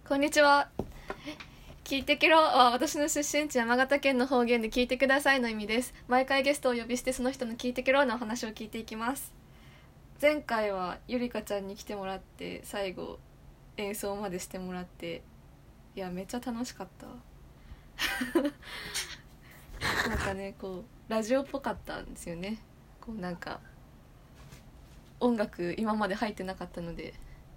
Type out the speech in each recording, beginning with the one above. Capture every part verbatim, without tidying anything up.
こんにちは。聞いてけろは私の出身地山形県の方言で聞いてくださいの意味です。毎回ゲストをお呼びしてその人の聞いてけろのお話を聞いていきます。前回はゆりかちゃんに来てもらって最後演奏までしてもらって、いやめっちゃ楽しかったなんかね、こうラジオっぽかったんですよね。こうなんか音楽今まで入ってなかったので、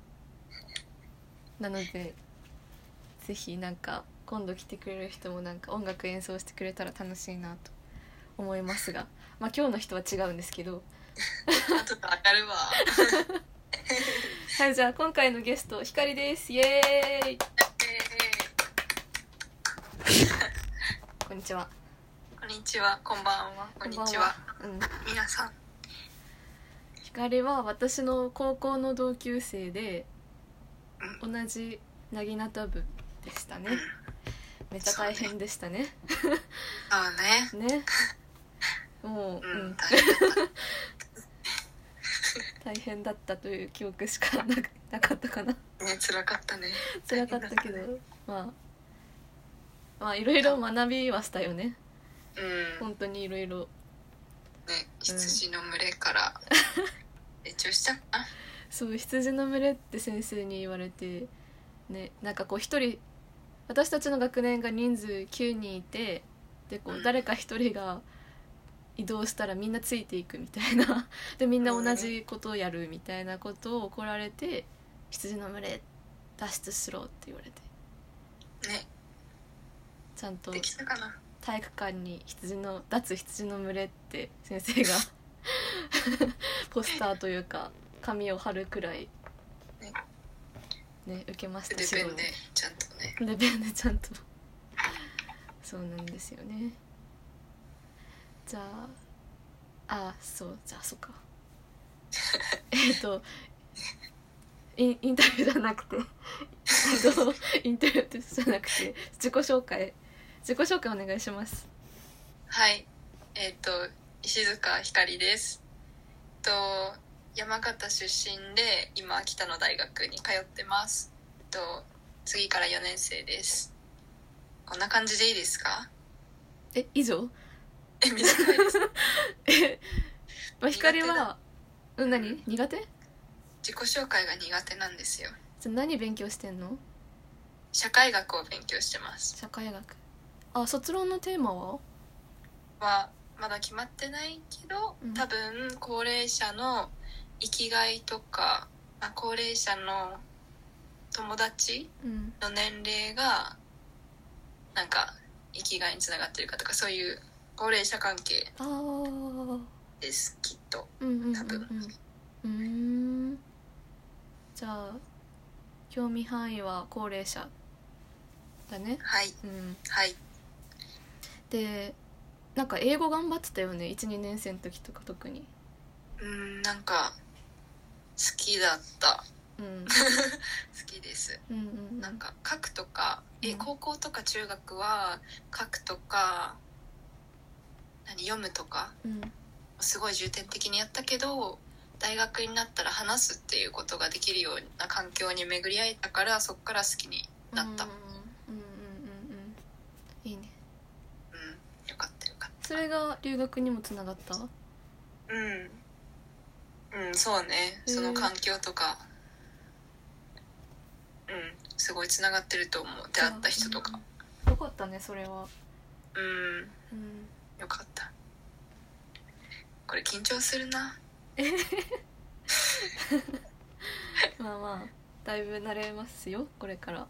なのでぜひなんか今度来てくれる人もなんか音楽演奏してくれたら楽しいなと思いますが、まあ今日の人は違うんですけどちょっとわかるわはい、じゃあ今回のゲストひかりです。イエーイこんにちは。 こんにちは、こんばんは、こんにちは、 うん、 皆さん。 ひかりは私の高校の同級生で、 うん、 同じなぎなた部でしたね、うん、めっちゃ大変でしたね。 そうね。 ね、もう、 うんうん、 大変だった大変だったという記憶しか な, なかったかな。 ね、辛かったね。 辛かったけど、まあまあいろいろ学びはしたよね。 うん。 本当にいろいろ。ね、 羊の群れから成長したかな。 そう、羊の群れって先生に言われてね、なんかこう一人、私たちの学年が人数きゅうにんいて、でこう誰か一人が移動したらみんなついていくみたいなでみんな同じことをやるみたいなことを怒られて、羊の群れ脱出しろって言われてね、 ちゃんとできたかな。 体育館に羊の脱羊の群れって先生がポスターというか紙を貼るくらいね、 ね、受けました。 筆ペンでちゃんとね、 筆ペンでちゃんとそうなんですよね。じゃああそうじゃあそうかえっとインインタビューじゃなくてえっとインタビューじゃなくて自己紹介自己紹介お願いします。 はい、えっ、ー、と石塚ひかりです。と山形出身で今北の大学に通ってます。と次からよねん生です。こんな感じでいいですか？ え、以上？ え、短いですえ、まあ、光はうん、何？苦手？ 自己紹介が苦手なんですよ。 じゃあ何勉強してんの？ 社会学を勉強してます。 社会学。あ、卒論のテーマは？ はまだ決まってないけど、 うん、 多分高齢者の生きがいとか、まあ、高齢者の友達の年齢がなんか生きがいにつながってるかとか、そういう高齢者関係です、きっと。 うんうんうんうん、 多分。 うーん。じゃあ興味範囲は高齢者だね。 はい、 うん、 はい。 でなんか英語頑張ってたよね、いち、にねん生の時とか特に。 うん、なんか好きだった、うん、好きです、うんうん、なんか書くとか、うん、え高校とか中学は書くとか何読むとか、うん、すごい重点的にやったけど、大学になったら話すっていうことができるような環境に巡り合えたから、そっから好きになった。うんうんうんうん、いいね。 うん、よかったよかった。 それが留学にもつながった？ うんうん、そうね、その環境とか、うん、すごいつながってると思う。出会った人とか、 うん、よかったね、それは。 うん、うん、よかった。これ緊張するなまあまあだいぶ慣れますよ、これから。はい、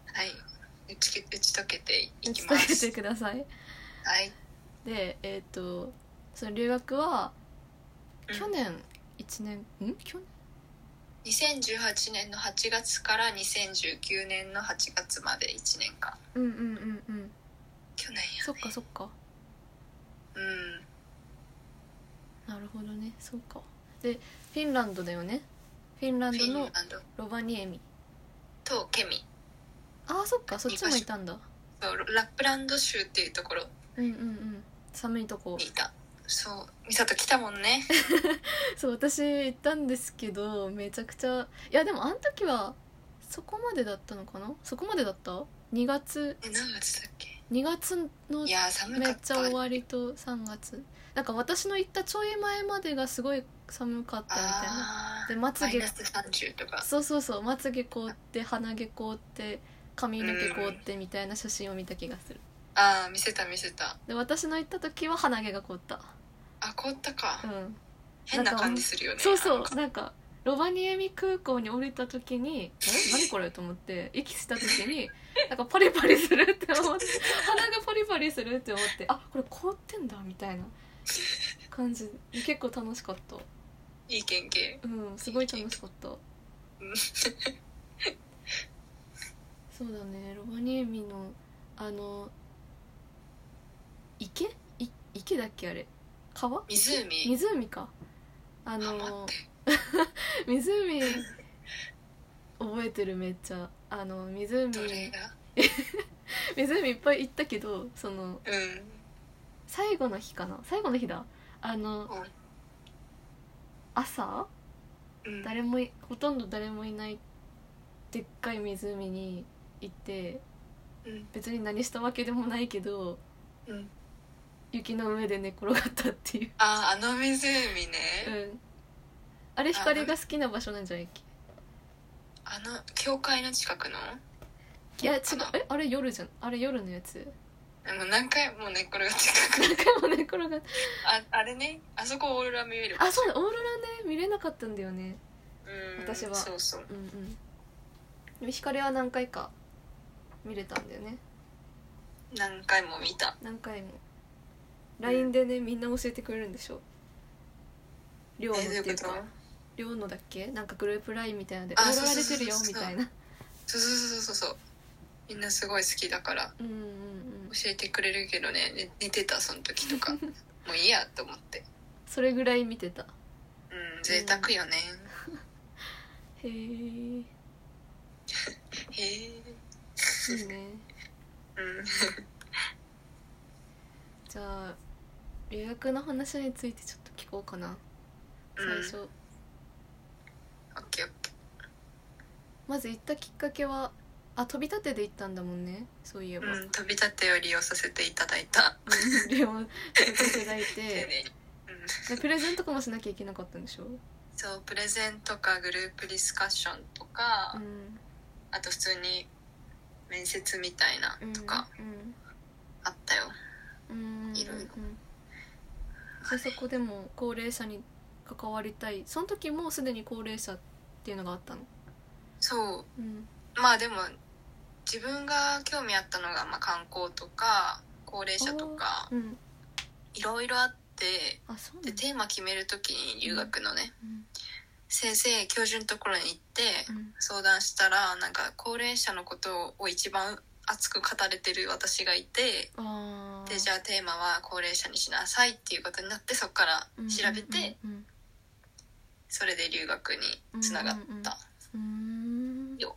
打ち、打ち解けていきます。 打ち解けてください。 はい。 で、えっ、ー、とその留学は去年いちねん、うん、ん去年にせんじゅうはちねんのはちがつからにせんじゅうきゅうねんのはちがつまでいちねんかん。 うんうんうんうん。 去年やね。 そっかそっか。 うん。 なるほどね、そうか。でフィンランドだよね。フィンランドのロバニエミとケミ。 ああそっか、そっちもいたんだ。 そう、ラップランド州っていうところ。 うんうんうん、寒いとこにいた。そう、美里来たもんねそう、私行ったんですけどめちゃくちゃ、いやでもあの時はそこまでだったのかな。そこまでだった。にがつえ何月だっけ。 にがつのいや寒めかっっちゃ終わりとさんがつ、なんか私の行ったちょい前までがすごい寒かったみたいな。でまつげマイナスさんじゅうとか。 そうそうそう、まつげ凍って鼻毛凍って髪の毛凍ってみたいな写真を見た気がする。 ああ見せた見せた。 で私の行った時は鼻毛が凍った。 あ凍ったか。 うん変な感じするよね。 そうそうなんかロバニエミ空港に降りた時に「え何これ?」と思って息した時になんかパリパリするって思って鼻がパリパリするって思ってあこれ凍ってんだみたいな感じ。結構楽しかった。 いい経験。 うんすごい楽しかった。そうだね、ロバニエミのあの池い池だっけあれ川湖湖かあの湖覚えてるめっちゃあの湖湖いっぱい行ったけどその、うん、最後の日かな最後の日だあの、うん、朝、うん、誰もほとんど誰もいないでっかい湖に行って、うん、別に何したわけでもないけど、うん、雪の上で寝転がったっていう。 あああの湖ね。 うんあれ光が好きな場所なんじゃないっけ。 あの教会の近くの。 いや違うえあれ夜じゃんあれ夜のやつ。 でも何回も寝転がって何回も寝転がってああれねあそこオーロラ見える。 あそうだオーロラね見れなかったんだよね。 うん私はそうそう、 うんうん、でも光は何回か見れたんだよね。 何回も見た。 何回も ライン でね、うん、みんな教えてくれるんでしょ。寮のっていうか寮のだっけなんかグループ ライン みたいなのでオーロラ出てるよみたいな。 そうそうそうそうそうみんなすごい好きだから、うんうんうん、教えてくれるけどね寝, 寝てたその時とかもういいやと思ってそれぐらい見てた。 うん贅沢よね、 うん、へえへえいいねうんじゃあ留学の話についてちょっと聞こうかな最初、うん、オッケーオッケー。 まず行ったきっかけはあ飛び立てで行ったんだもんねそういえば、 うん、飛び立てを利用させていただいた利用させていただいて、うん、プレゼンとかもしなきゃいけなかったんでしょ。 そうプレゼンとかグループディスカッションとか、うん、あと普通に面接みたいなとか、うんうん、あったよ、うん、いろいろ、 うん、でそこでも高齢者に関わりたいその時もすでに高齢者っていうのがあったの。 そう、うん、まあでも自分が興味あったのが、まあ、観光とか高齢者とか、うん、いろいろあってあそうでテーマ決める時に留学のね、うん、先生教授のところに行って相談したら、うん、なんか高齢者のことを一番熱く語れてる私がいてでじゃあテーマは高齢者にしなさいっていうことになってそこから調べて、うんうんうんうん、それで留学につながった、うんうんうん、よ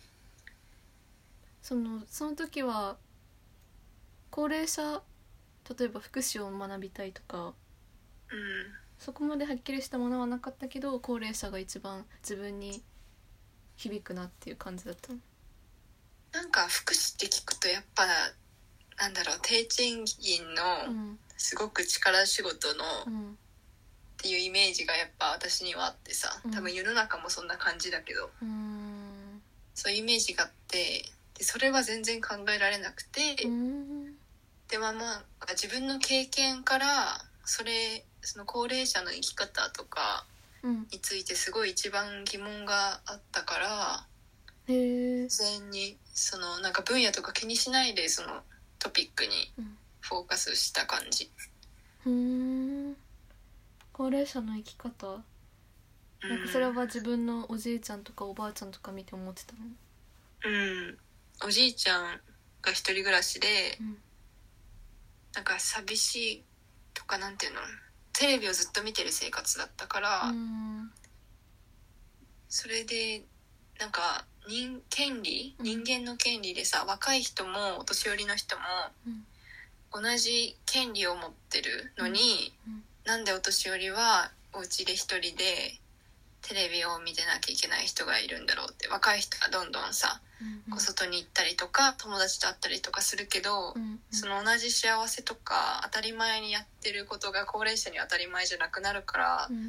そのその時は高齢者例えば福祉を学びたいとか、うん、そこまではっきりしたものはなかったけど高齢者が一番自分に響くなっていう感じだったの。 なんか福祉って聞くとやっぱなんだろう低賃金のすごく力仕事の、うん、っていうイメージがやっぱ私にはあってさ多分世の中もそんな感じだけど、うん、そういうイメージがあってでそれは全然考えられなくて、うん、でもまあ自分の経験からそれその高齢者の生き方とかについてすごい一番疑問があったから、うん、自然にそのなんか分野とか気にしないでそのトピックにフォーカスした感じ、 うん、高齢者の生き方なんかそれは自分のおじいちゃんとかおばあちゃんとか見て思ってたの。 うんおじいちゃんが一人暮らしで、うん、なんか寂しいとかなんていうのテレビをずっと見てる生活だったから、うん、それでなんか人権利、うん、人間の権利でさ若い人もお年寄りの人も、うん、同じ権利を持ってるのに、うんうん、なんでお年寄りはお家で一人でテレビを見てなきゃいけない人がいるんだろうって。若い人がどんどんさ、うんうん、こう外に行ったりとか友達と会ったりとかするけど、うんうん、その同じ幸せとか当たり前にやってることが高齢者に当たり前じゃなくなるから、うん、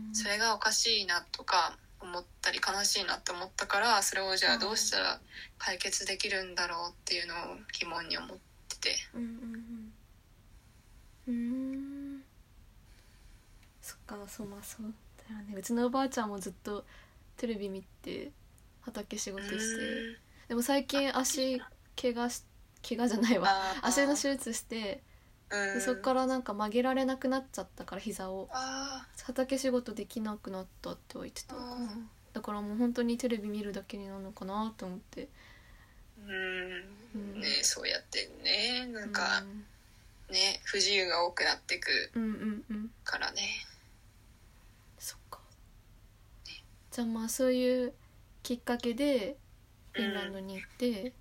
それがおかしいなとか思ったり悲しいなって思ったから、それをじゃあどうしたら解決できるんだろうっていうのを疑問に思ってて、うんうんうん、うーん、そっか、そう、まあそうだよね。うちのおばあちゃんもずっとテレビ見て畑仕事して、でも最近足怪我し怪我じゃないわ足の手術して、でそっからなんか曲げられなくなっちゃったから膝を、畑仕事できなくなったって言ってたかな。だからもう本当にテレビ見るだけになるのかなと思って。 うーん、うん、ね、そうやってね、なんか、うん、ね、不自由が多くなってくからね、うんうんうん、 そっか、ね、じゃあまあそういうきっかけでフィンランドに行って、うん、うんうん、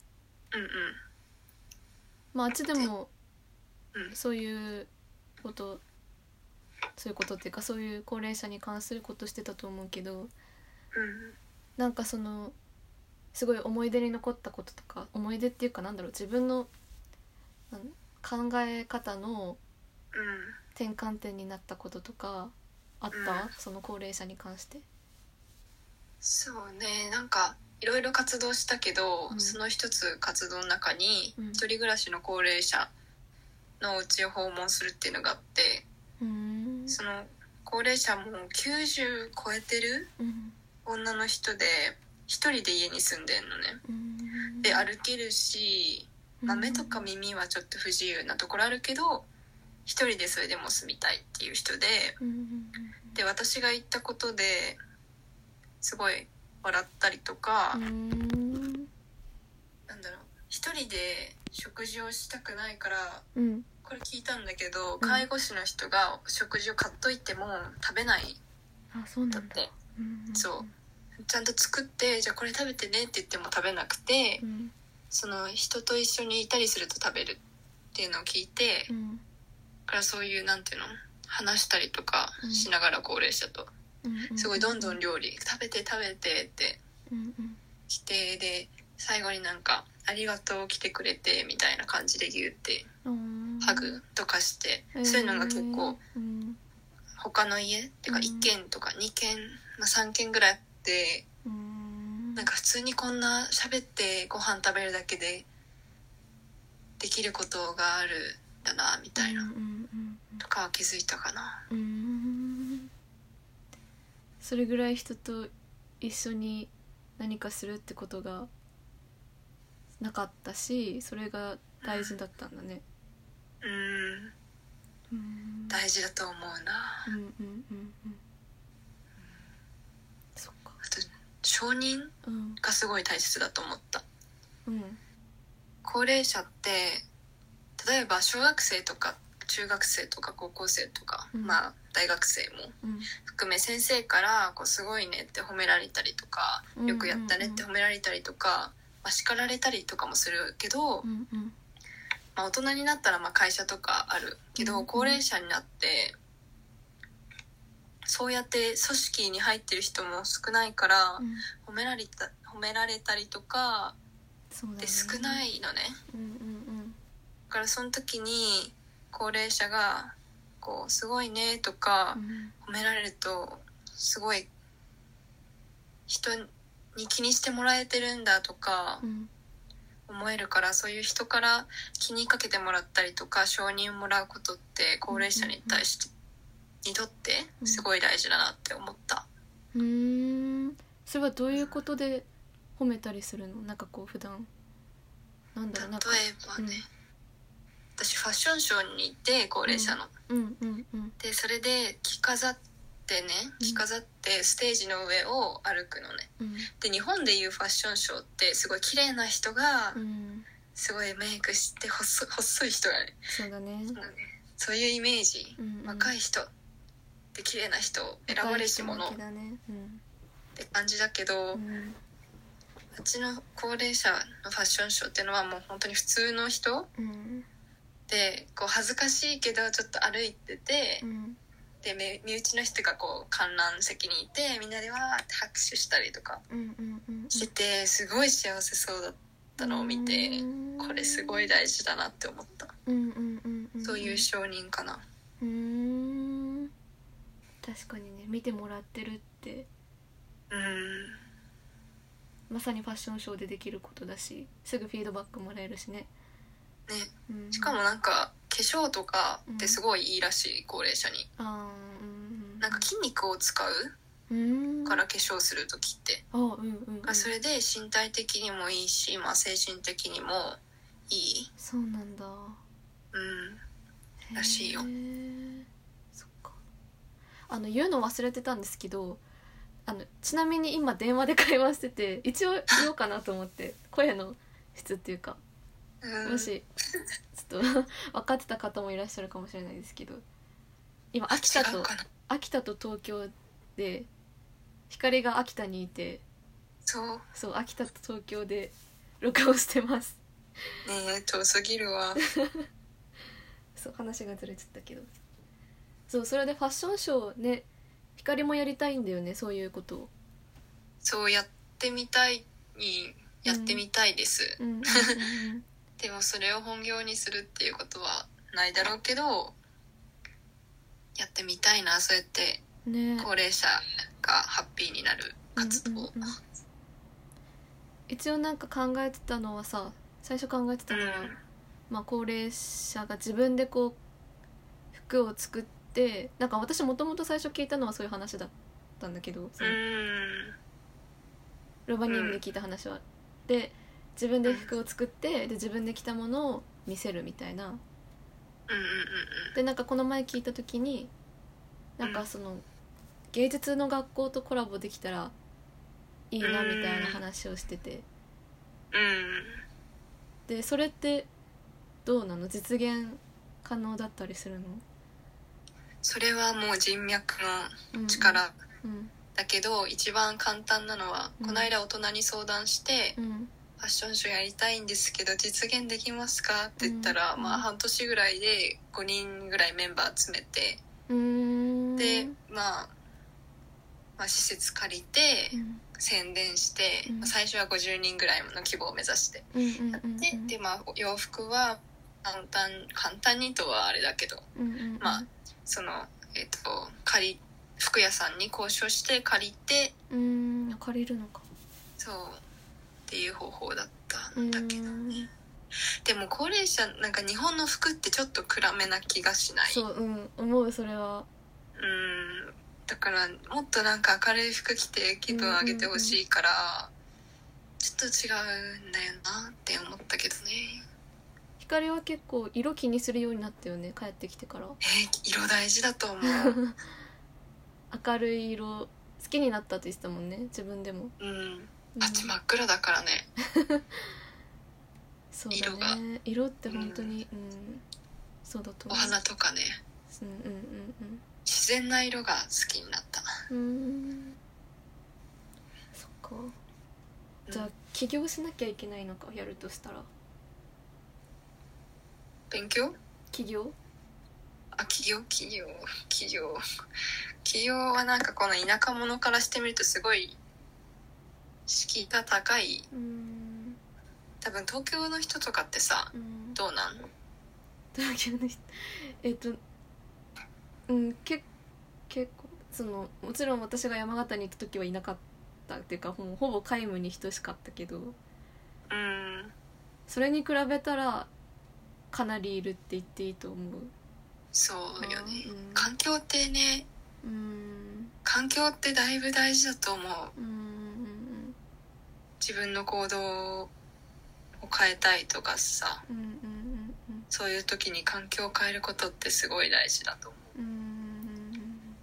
まああっちでもそういうことそういうことっていうかそういう高齢者に関することしてたと思うけど、うん、なんかそのすごい思い出に残ったこととか、思い出っていうかなんだろう、自分の考え方の転換点になったこととかあった、うん、その高齢者に関して。 そうね、なんかいろいろ活動したけど、うん、その一つ活動の中に、うん、一人暮らしの高齢者のお家を訪問するっていうのがあって、うん、その高齢者もきゅうじゅう超えてる女の人で一人で家に住んでんのね、うん、で歩けるし、まあ、目とか耳はちょっと不自由なところあるけど一人でそれでも住みたいっていう人で、うん、で私が行ったことですごい笑ったりとか、うん、なんだろう、一人で食事をしたくないから、うん、これ聞いたんだけど、介護士の人が食事を買っといても食べない、 あ、そうなんだって、 うん、そうちゃんと作って、じゃあこれ食べてねって言っても食べなくて、うん、その人と一緒にいたりすると食べるっていうのを聞いて、うん、からそういうなんていうの、話したりとかしながら高齢者と、うん、すごいどんどん料理食べて食べてって来て、で最後になんかありがとう来てくれてみたいな感じでギュって、うん、ハグとかして、そういうのが結構、うん、他の家っていうかいっけんとかにけん、まあ、さんけんぐらいあって、うん、なんか普通にこんな喋ってご飯食べるだけでできることがあるんだなみたいな、うんうんうん、とか気づいたかな。うん、 それぐらい人と一緒に何かするってことがなかったし、それが大事だったんだね。うん、 うん、大事だと思うな。うんうんうんうん。そっか。あと承認がすごい大切だと思った。うん。高齢者って例えば小学生とか中学生とか高校生とか、うん、まあ大学生も含め先生からこうすごいねって褒められたりとか、うんうんうん、よくやったねって褒められたりとか、まあ、叱られたりとかもするけど、うんうん、まあ、大人になったらまあ会社とかあるけど、うんうん、高齢者になってそうやって組織に入ってる人も少ないから、うん、褒められた、褒められたりとかって少ないのね。うんうんうん、だからその時に高齢者がこうすごいねとか褒められるとすごい人に気にしてもらえてるんだとか思えるから、そういう人から気にかけてもらったりとか承認をもらうことって高齢者に対してにとってすごい大事だなって思った。 うーん、それはどういうことで褒めたりするの？なんかこう普段なんだろう、なんか例えばね、うん、私ファッションショーに行って高齢者の、うんうんうんうん、でそれで着飾ってね着飾ってステージの上を歩くのね、うん、で日本でいうファッションショーってすごい綺麗な人が、うん、すごいメイクして細、細い人がね、 そうだね、 そうだね、そういうイメージ、うんうん、若い人で綺麗な人選ばれし者、ね、うん、って感じだけど、うん、あっちの高齢者のファッションショーっていうのはもう本当に普通の人、うん、でこう恥ずかしいけどちょっと歩いてて、うん、 で身内の人がこう観覧席にいてみんなでわーって拍手したりとかしてて、すごい幸せそうだったのを見て、これすごい大事だなって思った。そういう承認かな。 うーん、確かにね、見てもらってるってうんまさにファッションショーでできることだし、すぐフィードバックもらえるしね。 ね、 うん、 しかもなんか化粧とかってすごいいいらしい、うん、高齢者に。 あ、うん、 なんか筋肉を使う、うん、から化粧するときって、 あ、うんうんうん、 それで身体的にもいいし、まあ、精神的にもいい。 そうなんだ。 うんらしいよ。 そっか。あの言うの忘れてたんですけど、あのちなみに今電話で会話してて一応言おうかなと思って声の質っていうか、うん、もしちょっと分かってた方もいらっしゃるかもしれないですけど、今秋田と秋田と東京で光が秋田にいて、 そうそう秋田と東京で録音してます。 ねえ遠すぎるわ。 そう話がずれちゃったけど、そうそれでファッションショーね、光もやりたいんだよね、そういうことを。 そうやってみたいにやってみたいです、うんうんうんうん、でもそれを本業にするっていうことはないだろうけど、やってみたいな、そうやって高齢者がハッピーになる活動、ね、うんうんうん、 一応なんか考えてたのはさ、最初考えてたのは、うん、まあ、高齢者が自分でこう服を作って、なんか私もともと最初聞いたのはそういう話だったんだけど、そのロバニウムで聞いた話は、で自分で服を作ってで自分で着たものを見せるみたいな。でなんかこの前聞いた時に、なんかその芸術の学校とコラボできたらいいなみたいな話をしてて、でそれってどうなの、実現可能だったりするの？ それはもう人脈の力、うんうん、だけど一番簡単なのは、うん、この間大人に相談して、うん、ファッションショーやりたいんですけど実現できますかって言ったら、うん、まあ半年ぐらいでごにんぐらいメンバー集めて、うん、で、まあ、まあ施設借りて、うん、宣伝して、うん、まあ、最初はごじゅうにんぐらいの規模を目指してやって、うんうんうんうん、で、まあ、洋服は簡単簡単にとはあれだけど、うんうんうん、まあそのえっと借り服屋さんに交渉して借りて、 うーん借りるのか、 そうっていう方法だったんだけどね。でも高齢者なんか日本の服ってちょっと暗めな気がしない？ そう、うん、思う、それは。 うんだからもっとなんか明るい服着て気分上げてほしいから、うんうんうん、ちょっと違うんだよなって思ったけどね。 光は結構色気にするようになったよね、帰ってきてから。 えー、色大事だと思う。 明るい色好きになったって言ってたもんね、自分でも。 うん、あっち真っ暗だからね。 そうだね、色が色って本当に、うん、うん、そうだと思う。 お花とかね、 うんうんうんうん、 自然な色が好きになった。 うーん、そっか、じゃあ、うん、起業しなきゃいけないのか、やるとしたら。 勉強？ 起業？ あ、起業起業起業起業はなんかこの田舎者からしてみるとすごい敷居が高い。うーん、多分東京の人とかってさ、うん、どうなん？ 東京の人えっとうんけ結構そのもちろん私が山形に行った時はいなかったっていうか、ほぼ、ほぼ皆無に等しかったけど、うん、それに比べたらかなりいるって言っていいと思う。 そうよね、うん、環境ってね、うん、環境ってだいぶ大事だと思う、うんうんうん、自分の行動を変えたいとかさ、うんうんうんうん、そういう時に環境を変えることってすごい大事だと思う、うんうんうん、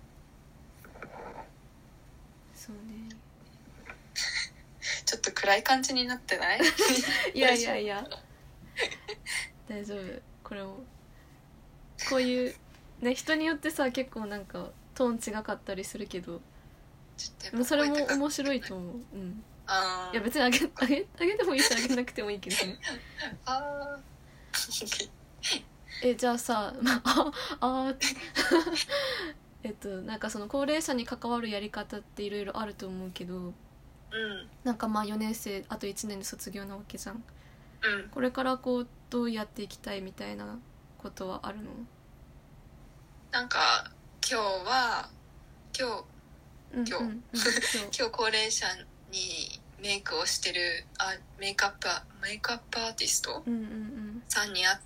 そうね。 ちょっと暗い感じになってない？ いやいやいや大丈夫。これもこういうね、人によってさ結構なんかトーン違かったりするけど、もうそれも面白いと思う。うん。あ、いや別にあげあげあげてもいいしあげなくてもいいけどね。あえじゃあさ、まああってえっとなんかその高齢者に関わるやり方っていろいろあると思うけど、うん、なんかまあよねん生あといちねんで卒業なわけじゃん、うん、これからこうどうやっていきたいみたいなことはあるの？ なんか今日は今日今日、うんうんうん、今日高齢者にメイクをしてるあメイクアップメイクアップアーティストさんに会って、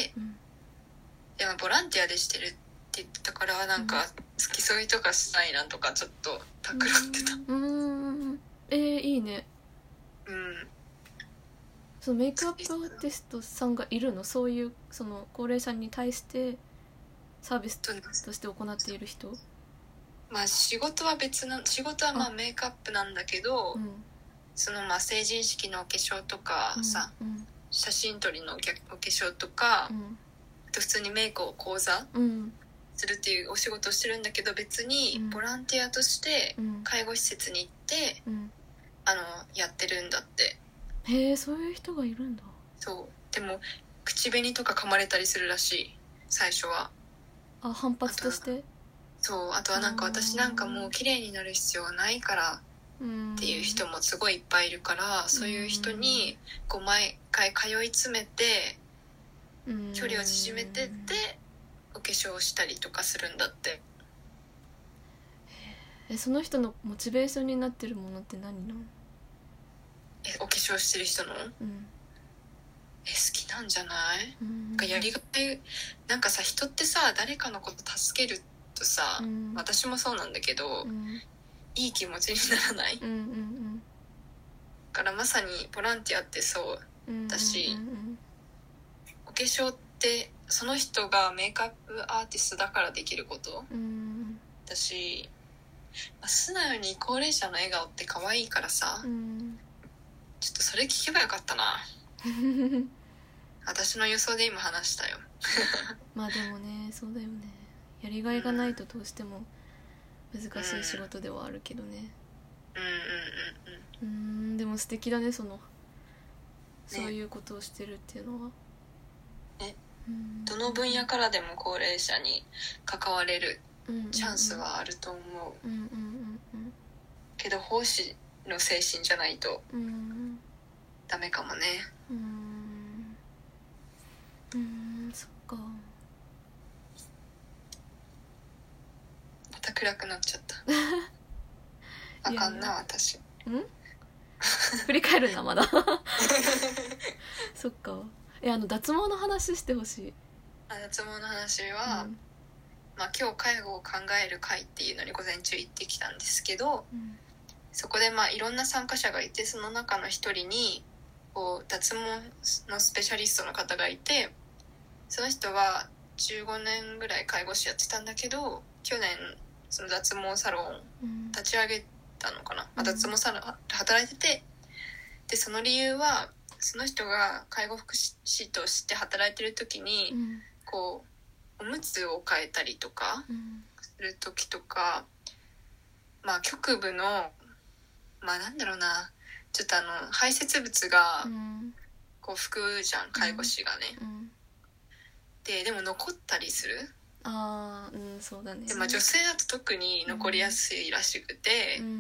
うんうんうん、でもボランティアでしてるって言ってたからなんか付き添いとかしたいなとかちょっと企ってた。 うん、うん、えー、いいね。うん。そのメイクアップアーティストさんがいるの？そういうその高齢者に対してサービスとして行っている人？ まあ仕事は別な仕事はまあメイクアップなんだけど、うん、そのまあ成人式のお化粧とかさ、うんうん、写真撮りのお化粧とか、うん、あと普通にメイクを講座するっていうお仕事をしてるんだけど、別にボランティアとして介護施設に行って、うん、あのやってるんだって。 へえ、そういう人がいるんだ。 そう。でも口紅とか噛まれたりするらしい、最初は。 あ、反発として？ そう。あとはなんか私なんかもう綺麗になる必要はないからっていう人もすごいいっぱいいるから、そういう人にこう毎回通い詰めて距離を縮めてってお化粧をしたりとかするんだって。 え、その人のモチベーションになってるものって何なの？ え、お化粧してる人の、うん、え、好きなんじゃない？なんかやりがい、なんかさ、人ってさ、誰かのこと助けるとさ、うん、私もそうなんだけど、うん、いい気持ちにならない？うんうんうん、だからまさにボランティアってそうだし、うんうんうん、お化粧ってその人がメイクアップアーティストだからできることだし、まあ、素直に高齢者の笑顔って可愛いからさ、うん、ちょっとそれ聞けばよかったな。私の予想で今話したよ。 まあでもね、そうだよね、やりがいがないとどうしても難しい仕事ではあるけどね。うんうんうんうん。うーん、でも素敵だね、その、ね、そういうことをしてるっていうのは。 ね、どの分野からでも高齢者に関われるチャンスはあると思う。うんうんうんうん、けど奉仕の精神じゃないとダメかもね。うーん、 うーん、そっか。 また暗くなっちゃった。あかんな、私。ん？ 振り返るな、まだ。そっか。え、あの脱毛の話してほしい。 あ、脱毛の話は、うん、まあ、今日介護を考える会っていうのに午前中行ってきたんですけど、うん、そこでまあいろんな参加者がいて、その中の一人にこう脱毛のスペシャリストの方がいて、その人はじゅうごねんぐらい介護士やってたんだけど、去年その脱毛サロン立ち上げたのかな、うん、まあ、脱毛サロンで働いてて、でその理由はその人が介護福祉士として働いてる時に、うん、こうおむつを替えたりとかする時とか、うん、まあ局部のまあなんだろうな、ちょっとあの排泄物がこう拭くじゃん、介護士がね、うんうん、ででも残ったりする。 ああ、うん、そうだね。 で、まあ、女性だと特に残りやすいらしくて、うんうんうん、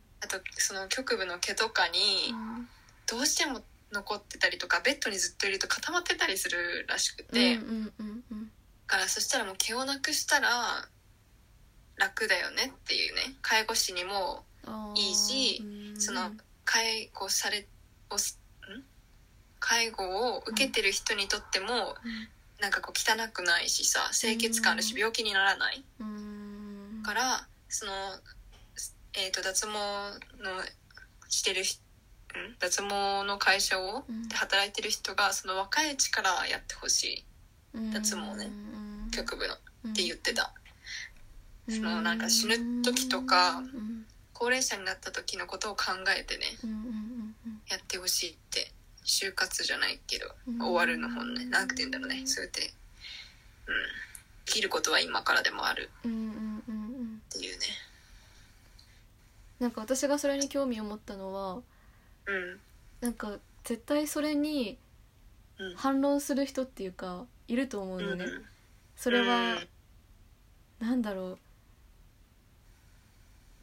あとその局部の毛とかにどうしても残ってたりとか、ベッドにずっといると固まってたりするらしくて、うんうんうんうん、だからそしたらもう毛をなくしたら楽だよねっていうね、介護士にもいいし、その介護されおん介護を受けてる人にとっても、うん、なんかこう汚くないしさ、清潔感あるし病気にならない、うん、からその、えーと、脱毛のしてる人、脱毛の会社を、うん、で働いてる人がその若いうちからやってほしい、脱毛ね、局部のって言ってた。そのなんか死ぬ時とか、高齢者になった時のことを考えてね、やってほしいって。就活じゃないけど、終わるの本ね、なんて言うんだろうね、そうやって、うん、生きることは今からでもあるっていうね、うんうんうんうん、 なんか私がそれに興味を持ったのは、うん、なんか絶対それに反論する人っていうかいると思うのね、うん、それは、うん、なんだろう、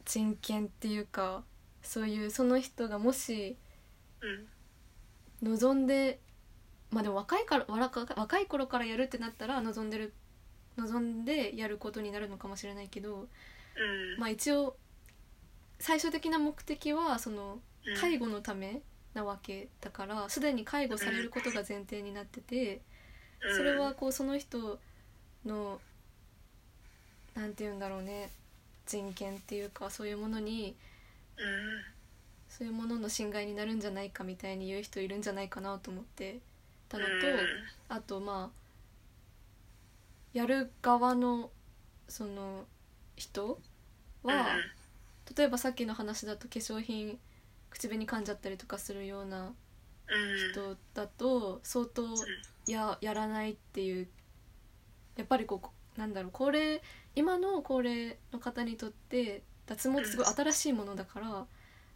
人権っていうか、そういうその人がもし望んで、まあでも若いから若い頃からやるってなったら望んでる望んでやることになるのかもしれないけど、 うん、 まあ一応最終的な目的はその介護のためなわけだから、すでに介護されることが前提になってて、それはこうその人のなんていうんだろうね、人権っていうかそういうものに、 うん、 そういうものの侵害になるんじゃないかみたいに言う人いるんじゃないかなと思ってたのと、 うん、 あとまあやる側のその人は、うん、例えばさっきの話だと化粧品口紅噛んじゃったりとかするような人だと相当や、やらないっていう、やっぱりこうなんだろう、高齢今の高齢の方にとって脱毛ってすごい新しいものだから、なんか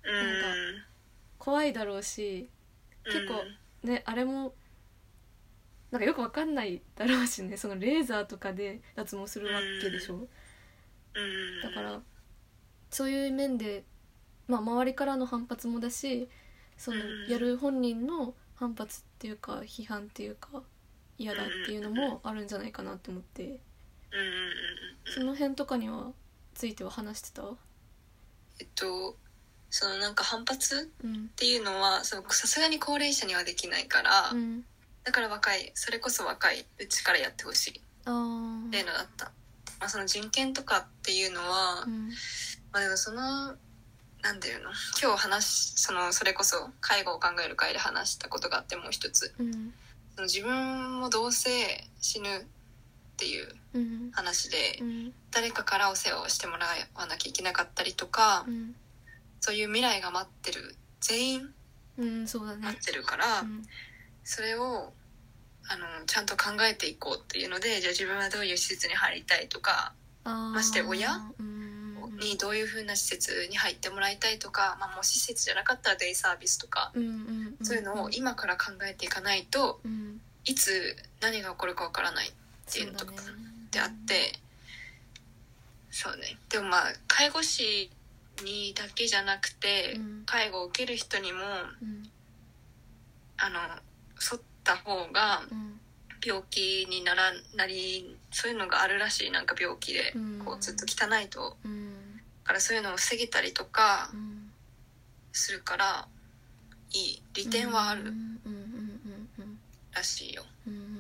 怖いだろうし、結構ねあれもなんかよくわかんないだろうしね、そのレーザーとかで脱毛するわけでしょ。だからそういう面で、まあ、周りからの反発もだし、そのやる本人の反発っていうか批判っていうか嫌だっていうのもあるんじゃないかなって思って、その辺とかにはついては話してた？ えっとそのなんか反発っていうのはさすがに高齢者にはできないから、うん、だから若いそれこそ若いうちからやってほしいっていうのだった。まあ、その人権とかっていうのは、うん、まあでもそのなんていうの、今日話そのそれこそ介護を考える会で話したことがあって、もう一つ、うん、その自分もどうせ死ぬっていう話で、うん、誰かからお世話をしてもらわなきゃいけなかったりとか、うん、そういう未来が待ってる全員、 うん、そうだね、 待ってるから、うん、それをあのちゃんと考えていこうっていうので、じゃあ自分はどういう施設に入りたいとか、まして親、うんにどういう風な施設に入ってもらいたいとか、まあ、もう施設じゃなかったらデイサービスとか、うんうんうんうん、そういうのを今から考えていかないと、うん、いつ何が起こるかわからないっていうのとかであって、そうね。でもまあ介護士にだけじゃなくて、うん、介護を受ける人にも、うん、あの沿った方が病気にならなり、そういうのがあるらしい。なんか病気でこうずっと汚いと、うん、だからそういうのを防げたりとかするから、いい利点はあるらしいよ。 うんうんうんうん、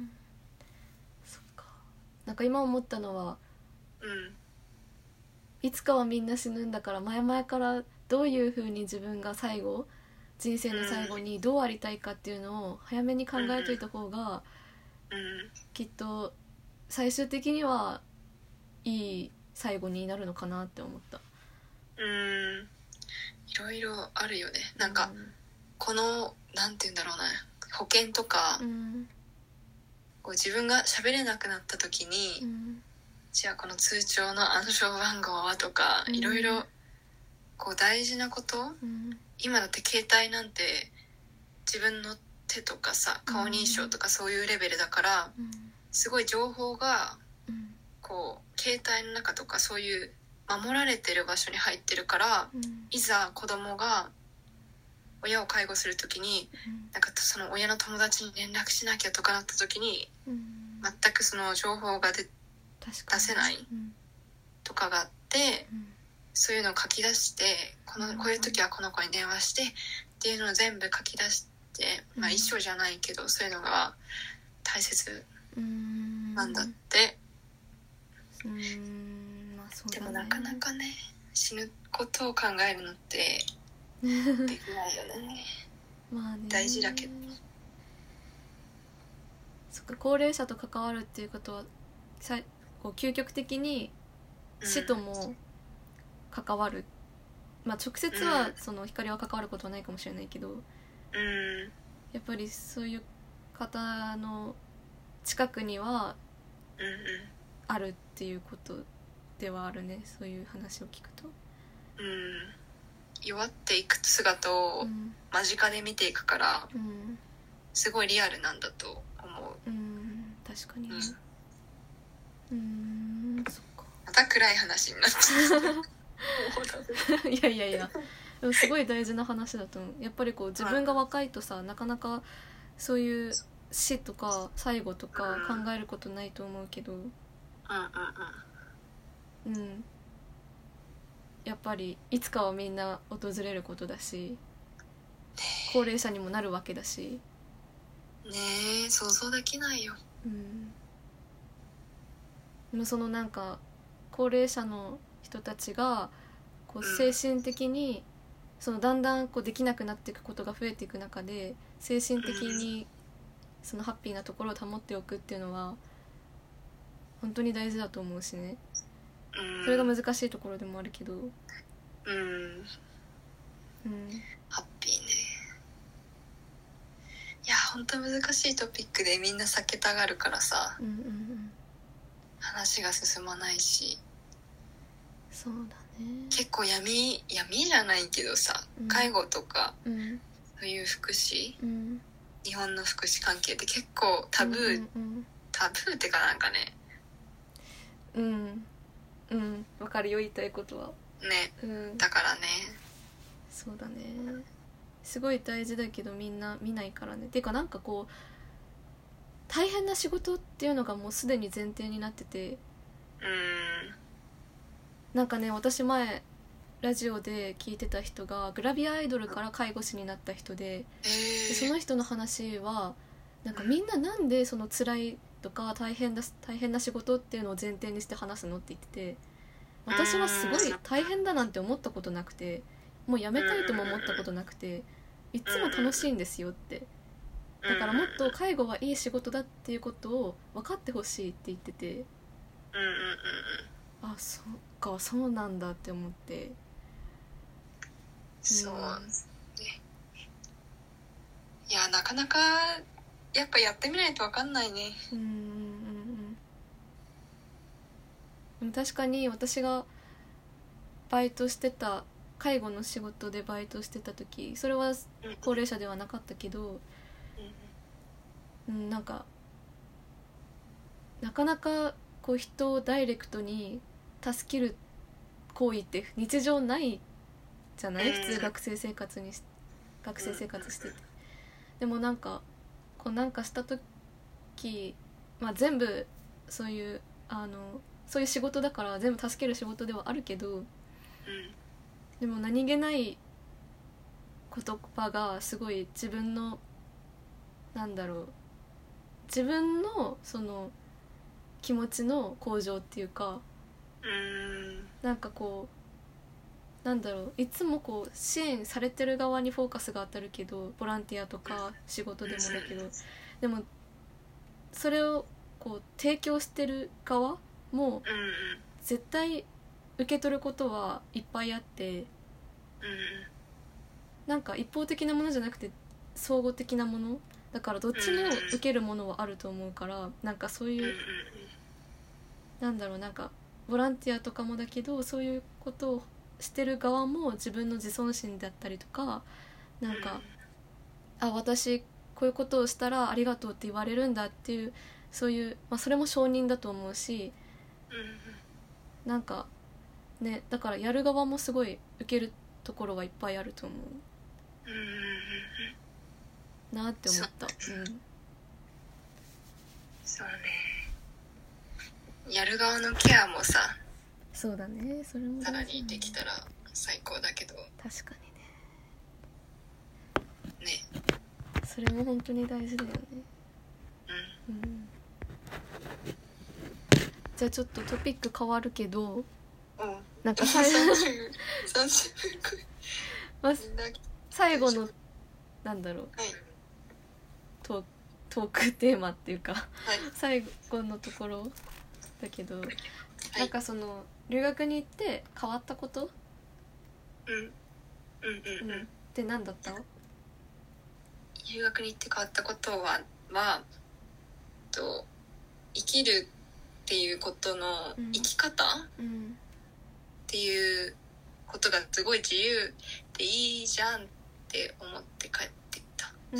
そっか。なんか今思ったのは、うん、いつかはみんな死ぬんだから、前々からどういう風に自分が最後人生の最後にどうありたいかっていうのを早めに考えといた方が、うん、きっと最終的にはいい最後になるのかなって思った。 うーん、いろいろあるよね。なんか、うん、このなんて言うんだろうな、保険とか、うん、こう自分が喋れなくなった時に、うん、じゃあこの通帳の暗証番号はとか、いろいろこう大事なこと、うん、今だって携帯なんて自分の手とかさ、顔認証とかそういうレベルだから、うん、すごい情報がこう携帯の中とかそういう守られてる場所に入ってるから、うん、いざ子供が親を介護するときに、うん、なんかその親の友達に連絡しなきゃとかなったときに、うん、全くその情報が出せないとかがあって、うん、そういうのを書き出して、このこういう時はこの子に電話してっていうのを全部書き出して、まあ一緒じゃないけどそういうのが大切なんだって。うーん、まあそうだね。でもなかなかね、死ぬことを考えるのってできないよね。まあね、大事だけど。 そっか、高齢者と関わるっていうことはさこう究極的に死とも関わる、うん、まあ直接はその光は関わることはないかもしれないけど、うん、やっぱりそういう方の近くにはあるっていうことではあるね、そういう話を聞くと。 うん、弱っていく姿を間近で見ていくから、うん、すごいリアルなんだと思う。 うん、確かに。うん、うーん、そっか。 また暗い話になっちゃう。 いやいやいや、でもすごい大事な話だと思う。やっぱりこう自分が若いとさ、なかなかそういう死とか最後とか考えることないと思うけど、うんうんうん、うん、やっぱりいつかはみんな訪れることだし、高齢者にもなるわけだしねえ、想像できないよ。うん、 でもそのなんか高齢者の人たちがこう精神的にそのだんだんこうできなくなっていくことが増えていく中で、精神的にそのハッピーなところを保っておくっていうのは本当に大事だと思うしね。それが難しいところでもあるけど、うん、うん、 ハッピーね。いや本当難しいトピックでみんな避けたがるからさ、うんうんうん、話が進まないし。 そうだね。 結構闇闇じゃないけどさ、うん、介護とか、うん、そういう福祉、うん、日本の福祉関係って結構タブー、うんうんうん、タブーってかなんかね、 うんうんわかるよ言いたいことはね、うん、だからね。 そうだね、すごい大事だけどみんな見ないからね。てかなんかこう大変な仕事っていうのがもうすでに前提になってて、うんなんかね、私前ラジオで聞いてた人がグラビアアイドルから介護士になった人 で, でその人の話はなんかみんななんでその辛いとか大変だ大変な仕事っていうのを前提にして話すのって言ってて、私はすごい大変だなんて思ったことなくて、もうやめたいとも思ったことなくて、いつも楽しいんですよって。だからもっと介護はいい仕事だっていうことを分かってほしいって言ってて、あ、そっか、そうなんだって思って。 そう、うん、ね、いやなかなかやっぱやってみないと分かんないね。うんうんうん。 でも確かに私がバイトしてた介護の仕事でバイトしてた時、それは高齢者ではなかったけど、うん、うん、なんかなかなかこう人をダイレクトに助ける行為って日常ないじゃない、普通学生生活にし学生生活してて。でもなんかこうなんかした時、まあ、全部そういうあのそういう仕事だから全部助ける仕事ではあるけど、でも何気ない言葉がすごい自分のなんだろう自分のその気持ちの向上っていうか、なんかこうなんだろういつもこう支援されてる側にフォーカスが当たるけど、ボランティアとか仕事でもだけど、でもそれをこう提供してる側も絶対受け取ることはいっぱいあって、なんか一方的なものじゃなくて相互的なものだから、どっちも受けるものはあると思うから、なんかそういうなんだろうなんかボランティアとかもだけど、そういうことをしてる側も自分の自尊心だったりとか、なんかあ私こういうことをしたらありがとうって言われるんだっていう、そういう、まあ、それも承認だと思うし、なんかね、だからやる側もすごい受けるところはいっぱいあると思うなって思った。 そう、うん、そうね、やる側のケアもさ、 そうだね、それもさらにできたら最高だけど、 確かにねね、 それも本当に大事だよね。うん、うん、じゃあちょっとトピック変わるけど、うん、なんか最後まあ、最後のなんだろう、はい、トー、トークテーマっていうか、はい、最後のところだけど、はい、なんかその留学に行って変わったこと、うんうんうんうん、って何だった？ 留学に行って変わったことははと生きるっていうことの生き方、うんうん、っていうことがすごい自由でいいじゃんって思って帰ってきた、うん、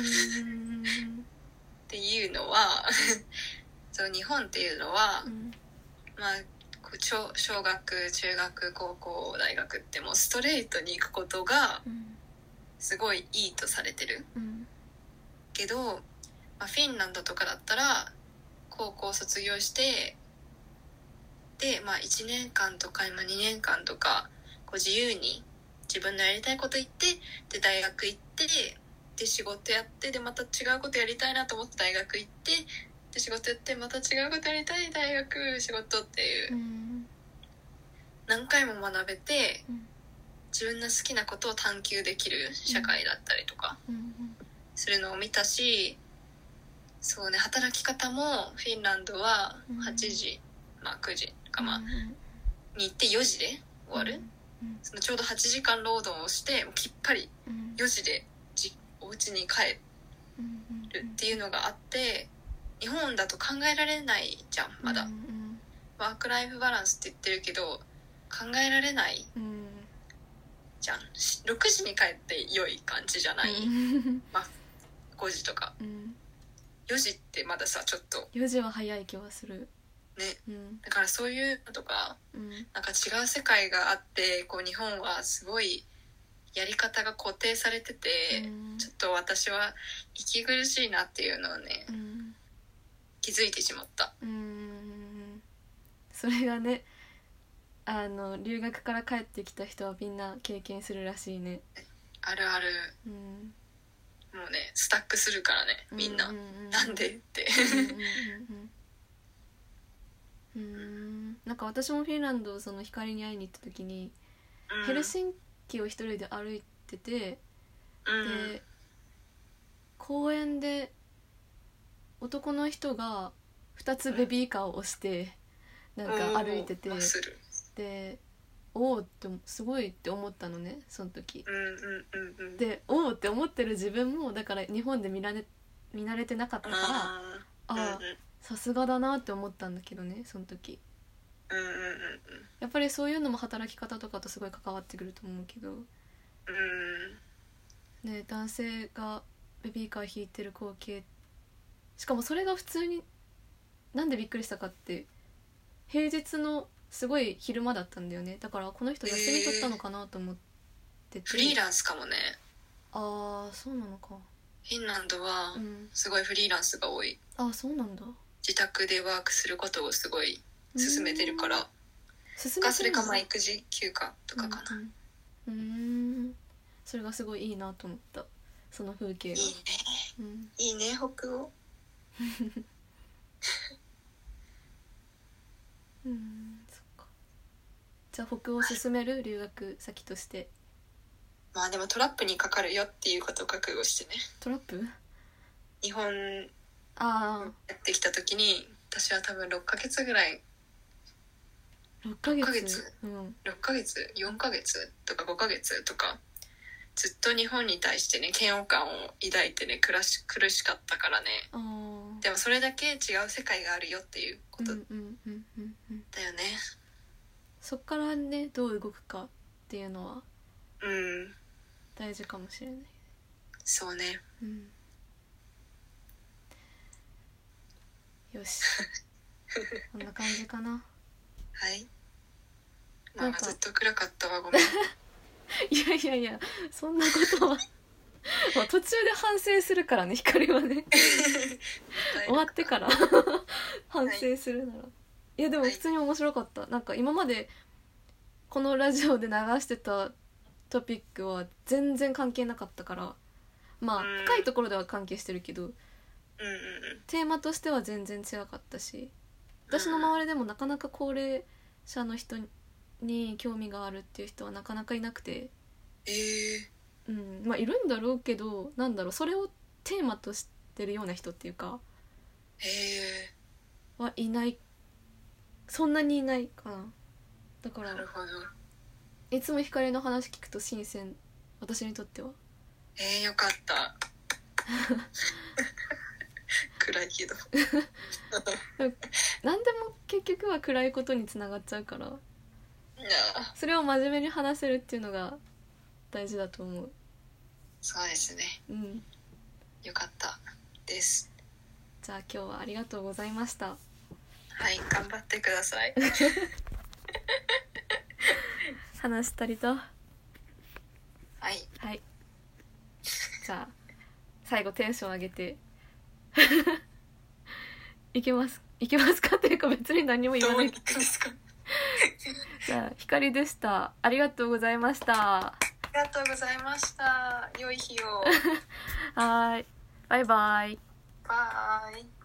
っていうのはそう日本っていうのは、うん、まあこう小小学中学高校大学ってもうストレートに行くことがすごいいいとされてる、 うん、 けど、まあ、フィンランドとかだったら高校卒業してで、まあ、いちねんかんとか今にねんかんとかこう自由に自分のやりたいこと言ってで大学行ってで仕事やってでまた違うことやりたいなと思って大学行ってで仕事やってまた違うことやりたい大学仕事っていう、うん、何回も学べて、うん、自分の好きなことを探求できる社会だったりとかするのを見たし、そうね、働き方もフィンランドははちじ、うん、まあくじとかまあ、うん、に行ってよじで終わる、うんうん、そのちょうどはちじかん労働をしてきっぱりよじでじお家に帰るっていうのがあって日本だと考えられないじゃんまだ、うんうん、ワークライフバランスって言ってるけど考えられない、うん、じゃんろくじに帰って良い感じじゃない、うん、まあごじとか、うん、よじってまださちょっとよじは早い気はするね、うん、だからそういうのとか、うん、なんか違う世界があってこう日本はすごいやり方が固定されてて、うん、ちょっと私は息苦しいなっていうのをね、うん、気づいてしまった。 うーんそれがねあの留学から帰ってきた人はみんな経験するらしいね。 あるある、うん、もうねスタックするからねみんな、うんうんうん、なんでってうんうんうんうんうんなんか私もフィンランドその光に会いに行った時に、うん、ヘルシンキを一人で歩いてて、うん、で公園で男の人がふたつベビーカーを押してなんか歩いてて、うん、でおおってすごいって思ったのねその時、うんうんうんうん、でおおって思ってる自分もだから日本で見られ、見慣れてなかったからああさすがだなって思ったんだけどねその時、うんうんうん、やっぱりそういうのも働き方とかとすごい関わってくると思うけど、うんね、男性がベビーカー引いてる光景しかもそれが普通になんでびっくりしたかって平日のすごい昼間だったんだよねだからこの人休み取ったのかなと思ってて、 フリーランスかもね。 ああそうなのか。 フィンランドはすごいフリーランスが多い、 うん、あそうなんだ。 自宅でワークすることをすごい勧めてるから進めてるそれかまあ育児休暇とかかな、 うん、うん、うーんそれがすごいいいなと思ったその風景がいいね、 うん、いいね北欧うんそっかじゃあ北欧を進める、はい、留学先としてまあでもトラップにかかるよっていうことを覚悟してね。 トラップ日本やってきた時に私は多分ろっかげつぐらいろっかげつ、 ろっかげつ、うん、ろっかげつよんかげつとかごかげつとかずっと日本に対してね嫌悪感を抱いてね苦し、苦しかったからね。あでもそれだけ違う世界があるよっていうことだよね、うんうんうんうんうん、 そっからねどう動くかっていうのはうん大事かもしれない。 そうね、うん、 よしこんな感じかな。 はいまあずっと暗かったわごめんいやいやいやそんなことはまあ途中で反省するからね光はね終わってから反省するなら、はい、いやでも普通に面白かった、はい、なんか今までこのラジオで流してたトピックは全然関係なかったからまあ深いところでは関係してるけど、うん、テーマとしては全然違かったし私の周りでもなかなか高齢者の人に興味があるっていう人はなかなかいなくて、 えーうんまあ、いるんだろうけどなんだろうそれをテーマとしてるような人っていうかへーはいないそんなにいないかな。だからなるほどいつも光の話聞くと新鮮私にとっては。 えー、よかった暗いけど何でも結局は暗いことにつながっちゃうからそれを真面目に話せるっていうのが大事だと思う。 そうですね、うん、よかったです。 じゃあ今日はありがとうございました。 はい頑張ってください話したりと。 はいはい。じゃあ最後テンション上げていけますいけますかっていうか別に何も言わないですかじゃあひかりでした。ありがとうございました。 ありがとうございました。良い日をはい、バイバイ。 バイ。